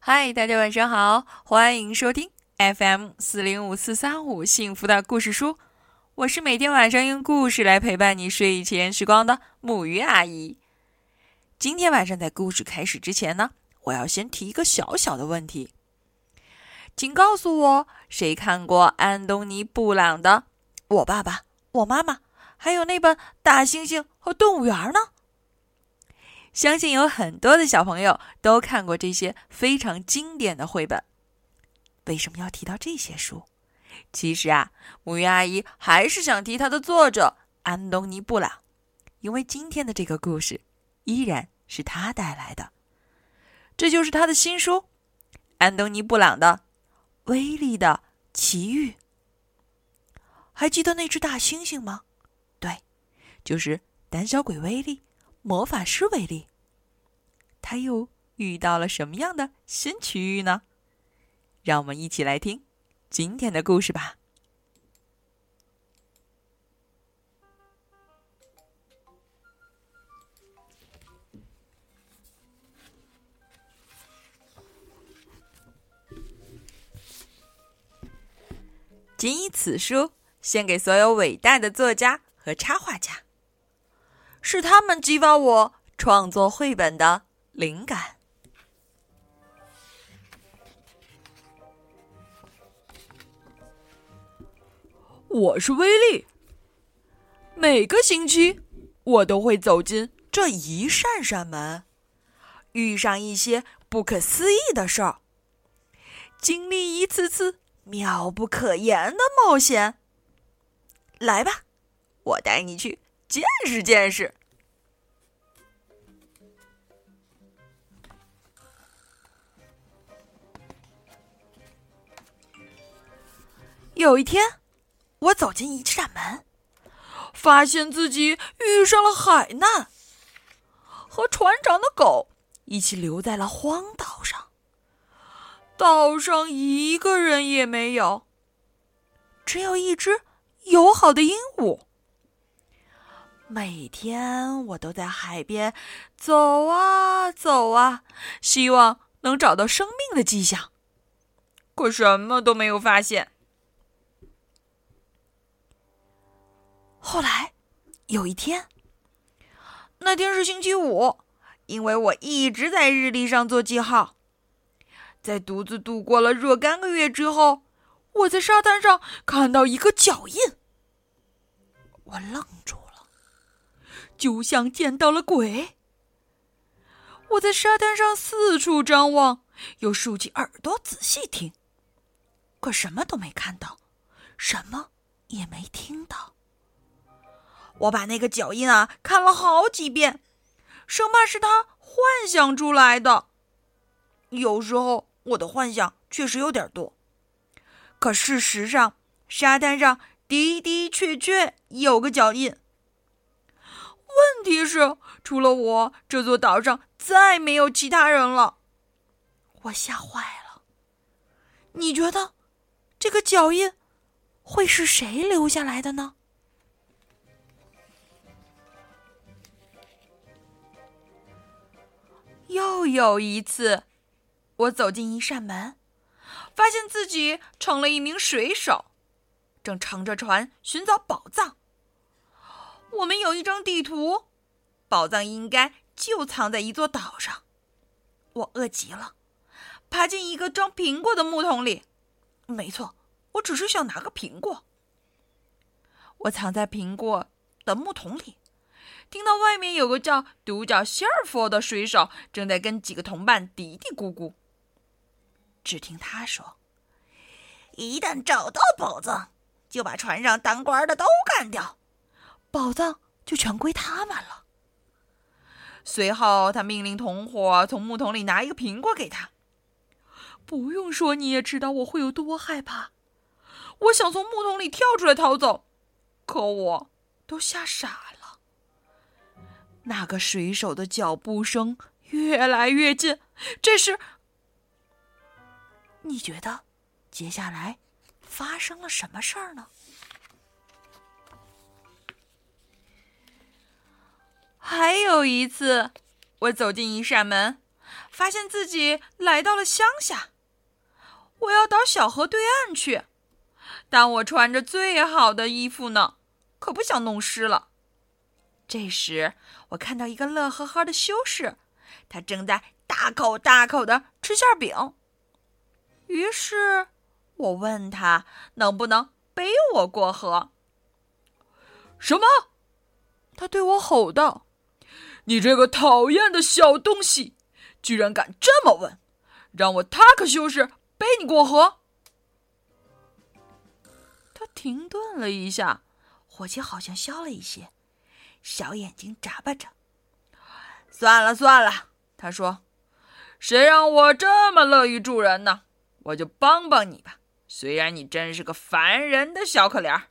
嗨，大家晚上好，欢迎收听 FM405435幸福的故事书。我是每天晚上用故事来陪伴你睡前时光的木鱼阿姨。今天晚上在故事开始之前呢，我要先提一个小小的问题，请告诉我，谁看过安东尼·布朗的《我爸爸、我妈妈》，还有那本《大猩猩和动物园》呢？相信有很多的小朋友都看过这些非常经典的绘本。为什么要提到这些书？其实木鱼阿姨还是想提它的作者安东尼·布朗，因为今天的这个故事依然是他带来的。这就是他的新书，安东尼·布朗的《威力的奇遇》。还记得那只大猩猩吗？对，就是胆小鬼威力，魔法师威力。他又遇到了什么样的新奇遇呢？让我们一起来听今天的故事吧。谨以此书献给所有伟大的作家和插画家，是他们激发我创作绘本的灵感。我是威力，每个星期我都会走进这一扇扇门，遇上一些不可思议的事儿，经历一次次妙不可言的冒险。来吧，我带你去见识见识。有一天，我走进一扇门，发现自己遇上了海难，和船长的狗一起留在了荒岛上。岛上一个人也没有，只有一只友好的鹦鹉。每天我都在海边走啊走啊，希望能找到生命的迹象，可什么都没有发现。后来有一天，那天是星期五，因为我一直在日历上做记号。在独自度过了若干个月之后，我在沙滩上看到一个脚印。我愣住了，就像见到了鬼。我在沙滩上四处张望，又竖起耳朵仔细听，可什么都没看到，什么也没听到。我把那个脚印看了好几遍，生怕是他幻想出来的。有时候我的幻想确实有点多，可事实上，沙滩上的的确确有个脚印。问题是，除了我，这座岛上再没有其他人了。我吓坏了。你觉得这个脚印会是谁留下来的呢？又有一次，我走进一扇门，发现自己成了一名水手，正乘着船寻找宝藏。我们有一张地图，宝藏应该就藏在一座岛上。我饿极了，爬进一个装苹果的木桶里。没错，我只是想拿个苹果。我藏在苹果的木桶里，听到外面有个叫独角仙儿佛的水手正在跟几个同伴嘀嘀咕咕。只听他说，一旦找到宝藏，就把船上当官的都干掉，宝藏就全归他们了。随后他命令同伙从木桶里拿一个苹果给他。不用说，你也知道我会有多害怕。我想从木桶里跳出来逃走，可我都吓傻了。那个水手的脚步声越来越近，这时，你觉得接下来发生了什么事儿呢？还有一次，我走进一扇门， 发现自己来到了乡下。我要到小河对岸去，但我穿着最好的衣服呢，可不想弄湿了。这时，我看到一个乐呵呵的修士，他正在大口大口地吃馅饼。于是，我问他能不能背我过河。 什么？ 他对我吼道：“ 你这个讨厌的小东西，居然敢这么问！让我塔克修士背你过河！” 他停顿了一下，火气好像消了一些，小眼睛眨巴着。算了算了，他说， 谁让我这么乐于助人呢？我就帮帮你吧，虽然你真是个烦人的小可怜。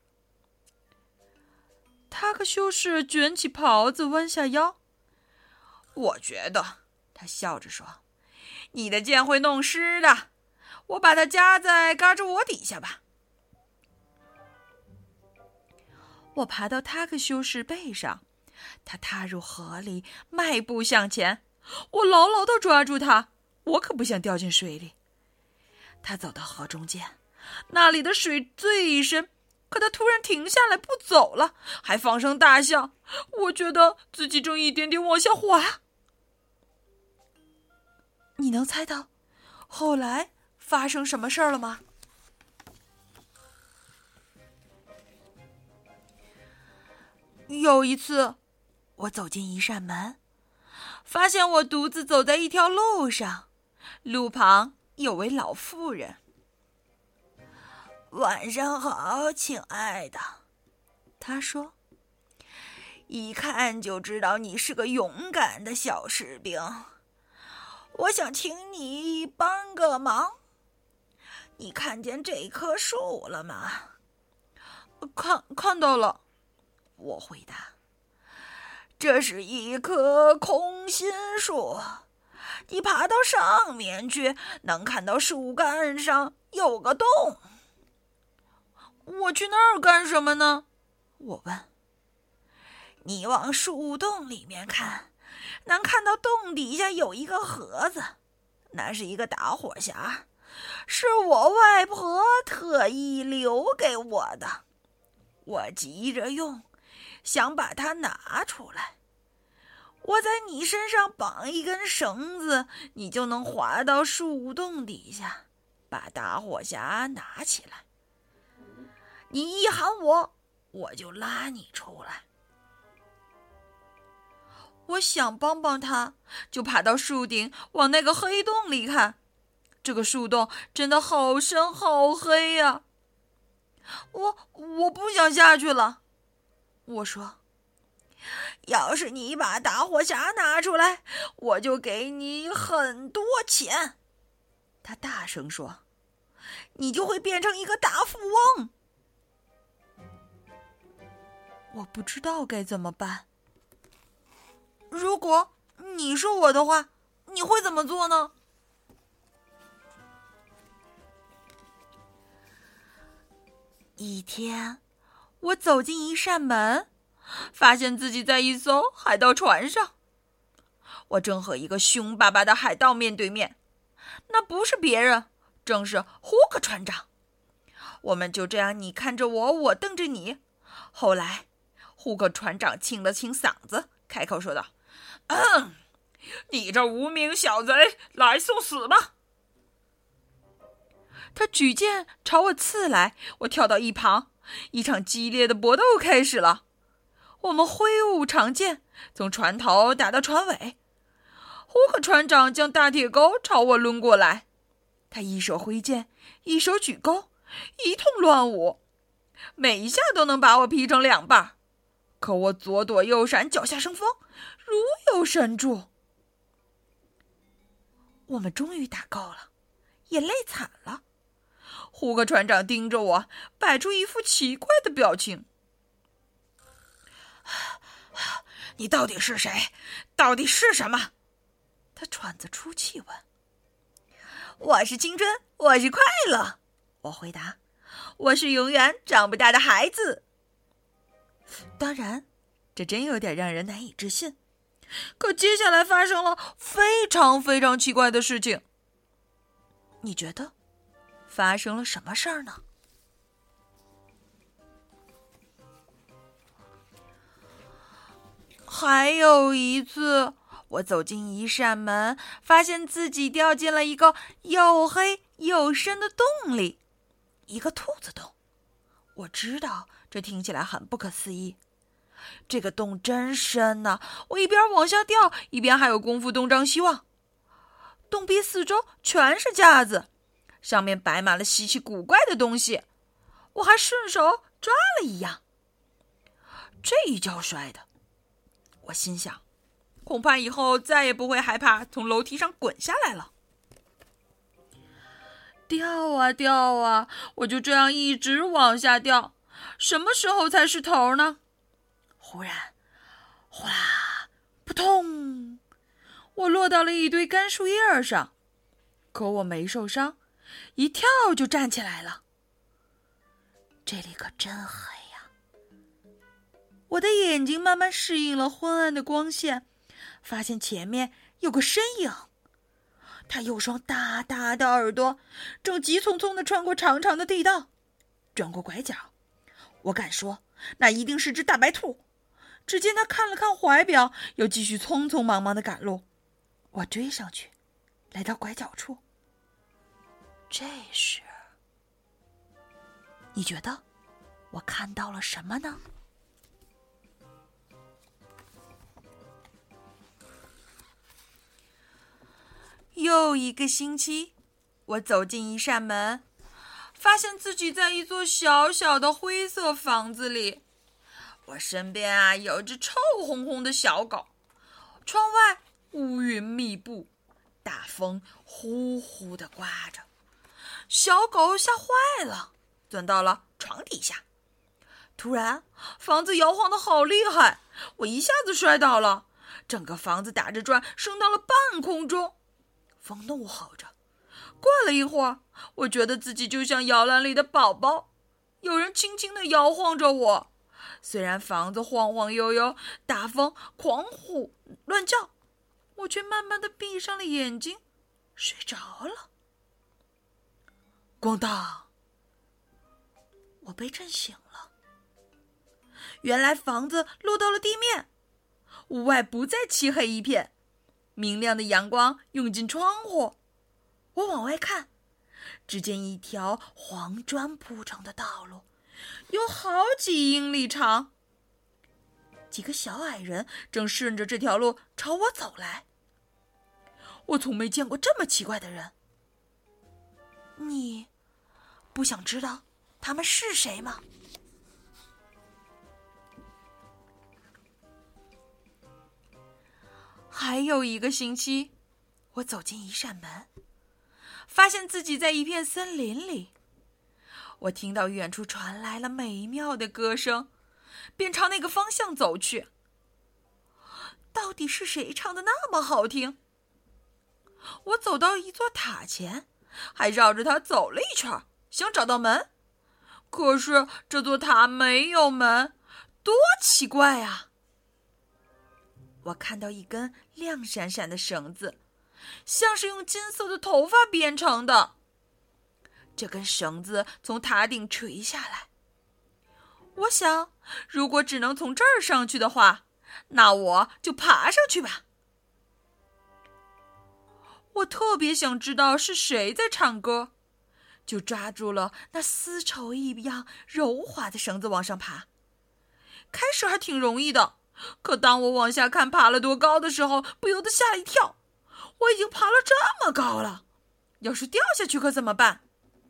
塔克修士卷起袍子，弯下腰。我觉得，他笑着说，你的剑会弄湿的，我把它夹在胳肢窝底下吧。我爬到塔克修士背上，他踏入河里，迈步向前。我牢牢地抓住他，我可不想掉进水里。他走到河中间，那里的水最深，可他突然停下来不走了，还放声大笑。我觉得自己正一点点往下滑。你能猜到后来发生什么事儿了吗？有一次，我走进一扇门，发现我独自走在一条路上，路旁有位老妇人。晚上好，亲爱的，她说，一看就知道你是个勇敢的小士兵。我想请你帮个忙。你看见这棵树了吗？看到了。我回答，这是一棵空心树，你爬到上面去，能看到树干上有个洞。我去那儿干什么呢？我问。你往树洞里面看，能看到洞底下有一个盒子，那是一个打火匣，是我外婆特意留给我的。我急着用，想把它拿出来。我在你身上绑一根绳子，你就能滑到树洞底下，把打火匣拿起来。你一喊我，我就拉你出来。我想帮帮他，就爬到树顶，往那个黑洞里看。这个树洞真的好深好黑呀！我不想下去了。我说，要是你把打火匣拿出来，我就给你很多钱。他大声说，你就会变成一个大富翁。我不知道该怎么办。如果你是我的话，你会怎么做呢？一天，我走进一扇门，发现自己在一艘海盗船上。我正和一个凶巴巴的海盗面对面，那不是别人，正是胡克船长。我们就这样你看着我，我瞪着你。后来，胡克船长清了清嗓子，开口说道， 你这无名小贼，来送死吧！ 他举剑朝我刺来，我跳到一旁，一场激烈的搏斗开始了。我们挥舞长剑，从船头打到船尾。胡克船长将大铁钩朝我抡过来，他一手挥剑，一手举钩，一通乱舞，每一下都能把我劈成两半。可我左躲右闪，脚下生风，如有神助。我们终于打够了，也累惨了。胡克船长盯着我，摆出一副奇怪的表情。你到底是谁？到底是什么？他喘着粗气问。我是青春，我是快乐。我回答，我是永远长不大的孩子。当然，这真有点让人难以置信。 可接下来发生了非常非常奇怪的事情。你觉得发生了什么事儿呢？还有一次，我走进一扇门，发现自己掉进了一个又黑又深的洞里，一个兔子洞。我知道这听起来很不可思议，这个洞真深呢，我一边往下掉，一边还有功夫东张西望。洞壁四周全是架子，上面摆满了稀奇古怪的东西，我还顺手抓了一样。这一跤摔的，我心想，恐怕以后再也不会害怕从楼梯上滚下来了。掉啊掉啊，我就这样一直往下掉，什么时候才是头呢？忽然，哗啦，扑通，我落到了一堆干树叶上，可我没受伤，一跳就站起来了。这里可真黑呀！我的眼睛慢慢适应了昏暗的光线，发现前面有个身影。他有双大大的耳朵，正急匆匆地穿过长长的地道，转过拐角。我敢说，那一定是只大白兔。只见他看了看怀表，又继续匆匆忙忙地赶路。我追上去，来到拐角处。这时，你觉得我看到了什么呢？又一个星期，我走进一扇门，发现自己在一座小小的灰色房子里。我身边有只臭烘烘的小狗，窗外乌云密布，大风呼呼地刮着。小狗吓坏了，钻到了床底下。突然，房子摇晃得好厉害，我一下子摔倒了，整个房子打着转，升到了半空中。风怒吼着。过了一会儿，我觉得自己就像摇篮里的宝宝，有人轻轻地摇晃着我。虽然房子晃晃悠悠，大风狂呼乱叫，我却慢慢地闭上了眼睛，睡着了。咣当！我被震醒了。原来房子落到了地面，屋外不再漆黑一片，明亮的阳光涌进窗户。我往外看，只见一条黄砖铺成的道路，有好几英里长。几个小矮人正顺着这条路朝我走来。我从没见过这么奇怪的人。你不想知道他们是谁吗？还有一个星期，我走进一扇门，发现自己在一片森林里。我听到远处传来了美妙的歌声，便朝那个方向走去。到底是谁唱的那么好听？我走到一座塔前，还绕着它走了一圈，想找到门。可是这座塔没有门，多奇怪啊！我看到一根亮闪闪的绳子，像是用金色的头发编成的。这根绳子从塔顶垂下来。我想，如果只能从这儿上去的话，那我就爬上去吧。我特别想知道是谁在唱歌，就抓住了那丝绸一样柔滑的绳子往上爬。开始还挺容易的，可当我往下看爬了多高的时候，不由得吓一跳。我已经爬了这么高了，要是掉下去可怎么办？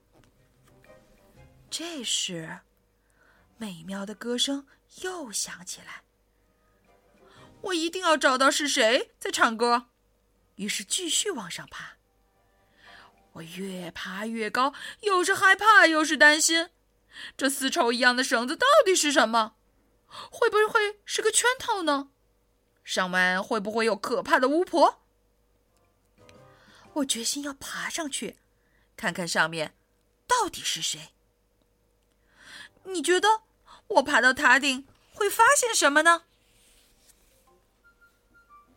这时，美妙的歌声又响起来。我一定要找到是谁在唱歌，于是继续往上爬。我越爬越高，又是害怕又是担心。这丝绸一样的绳子到底是什么？会不会是个圈套呢？上面会不会有可怕的巫婆？我决心要爬上去，看看上面到底是谁。你觉得我爬到塔顶会发现什么呢？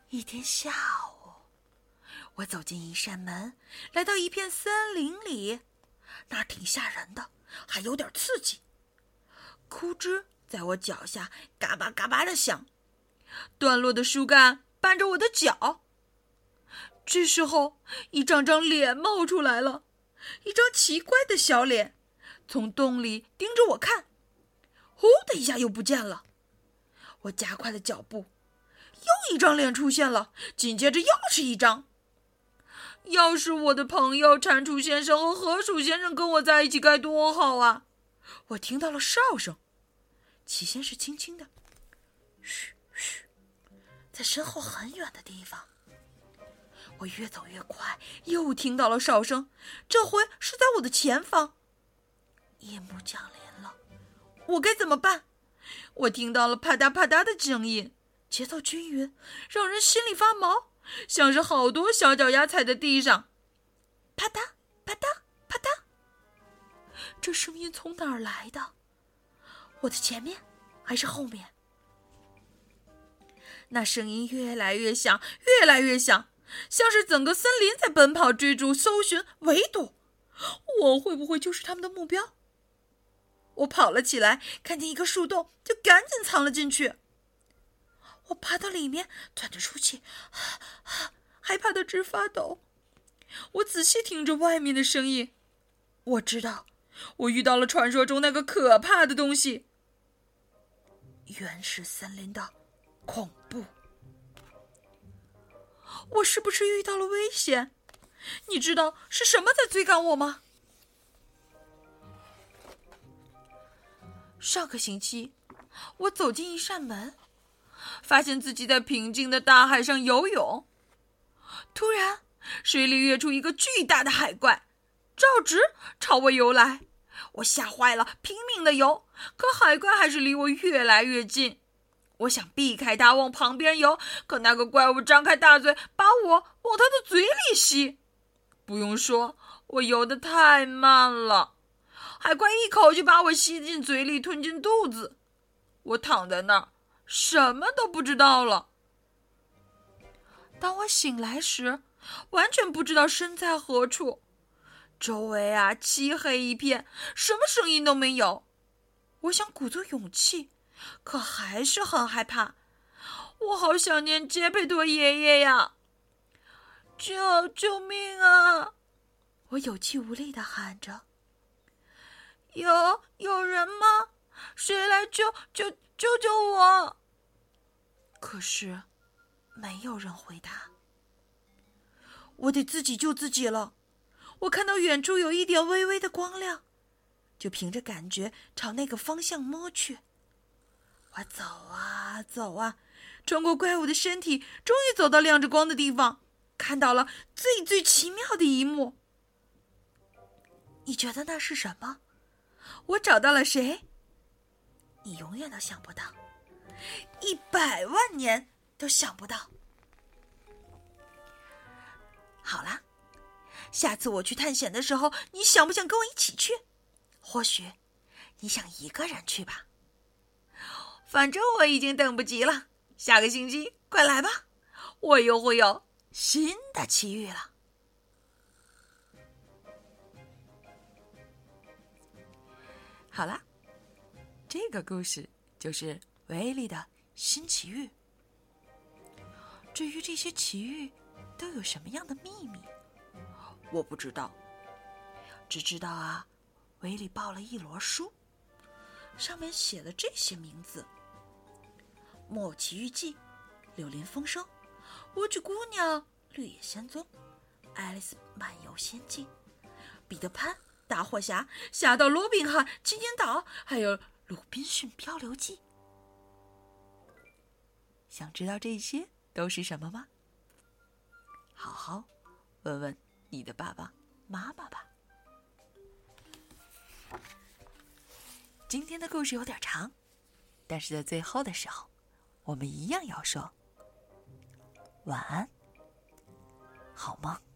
一天下午，我走进一扇门，来到一片森林里，那儿挺吓人的，还有点刺激。枯枝在我脚下嘎巴嘎巴地响，断落的树干绊着我的脚。这时候，一张张脸冒出来了，一张奇怪的小脸，从洞里盯着我看，呼的一下又不见了。我加快了脚步，又一张脸出现了，紧接着又是一张。要是我的朋友蟾蜍先生和河鼠先生跟我在一起该多好啊！我听到了哨声，起先是轻轻的，嘘嘘，在身后很远的地方。我越走越快，又听到了哨声，这回是在我的前方。夜幕降临了，我该怎么办？我听到了啪嗒啪嗒的声音，节奏均匀，让人心里发毛，像是好多小脚丫踩在地上。啪嗒啪嗒啪嗒，这声音从哪儿来的？我的前面还是后面？那声音越来越响，越来越响，像是整个森林在奔跑、追逐、搜寻、围堵。我会不会就是他们的目标？我跑了起来，看见一个树洞，就赶紧藏了进去。我爬到里面，喘着粗气，害怕得直发抖。我仔细听着外面的声音，我知道，我遇到了传说中那个可怕的东西——原始森林的恐怖。我是不是遇到了危险？你知道是什么在追赶我吗？上个星期，我走进一扇门，发现自己在平静的大海上游泳。突然，水里跃出一个巨大的海怪，照直朝我游来。我吓坏了，拼命地游，可海怪还是离我越来越近。我想避开它，往旁边游，可那个怪物张开大嘴，把我往它的嘴里吸。不用说，我游得太慢了，海怪一口就把我吸进嘴里，吞进肚子。我躺在那儿，什么都不知道了。当我醒来时，完全不知道身在何处。周围漆黑一片，什么声音都没有。我想鼓足勇气，可还是很害怕。我好想念杰佩托爷爷呀！救命啊！我有气无力地喊着。有人吗？谁来救我！可是没有人回答。我得自己救自己了。我看到远处有一点微微的光亮，就凭着感觉朝那个方向摸去。我走啊走啊，穿过怪物的身体，终于走到亮着光的地方，看到了最奇妙的一幕。你觉得那是什么？我找到了谁？你永远都想不到，100万年都想不到。好啦，下次我去探险的时候，你想不想跟我一起去？或许你想一个人去吧。反正我已经等不及了，下个星期快来吧，我又会有新的奇遇了。好啦，这个故事就是威力的新奇遇。至于这些奇遇都有什么样的秘密，我不知道，只知道威力抱了一摞书，上面写了这些名字：木偶奇遇记、柳林风声、莴苣姑娘、绿野仙踪、爱丽丝漫游仙境、彼得潘、大货侠、侠盗罗宾汉、金银岛，还有鲁滨逊漂流记。想知道这些都是什么吗？好好问问你的爸爸妈妈吧。今天的故事有点长，但是在最后的时候，我们一样要说晚安，好梦。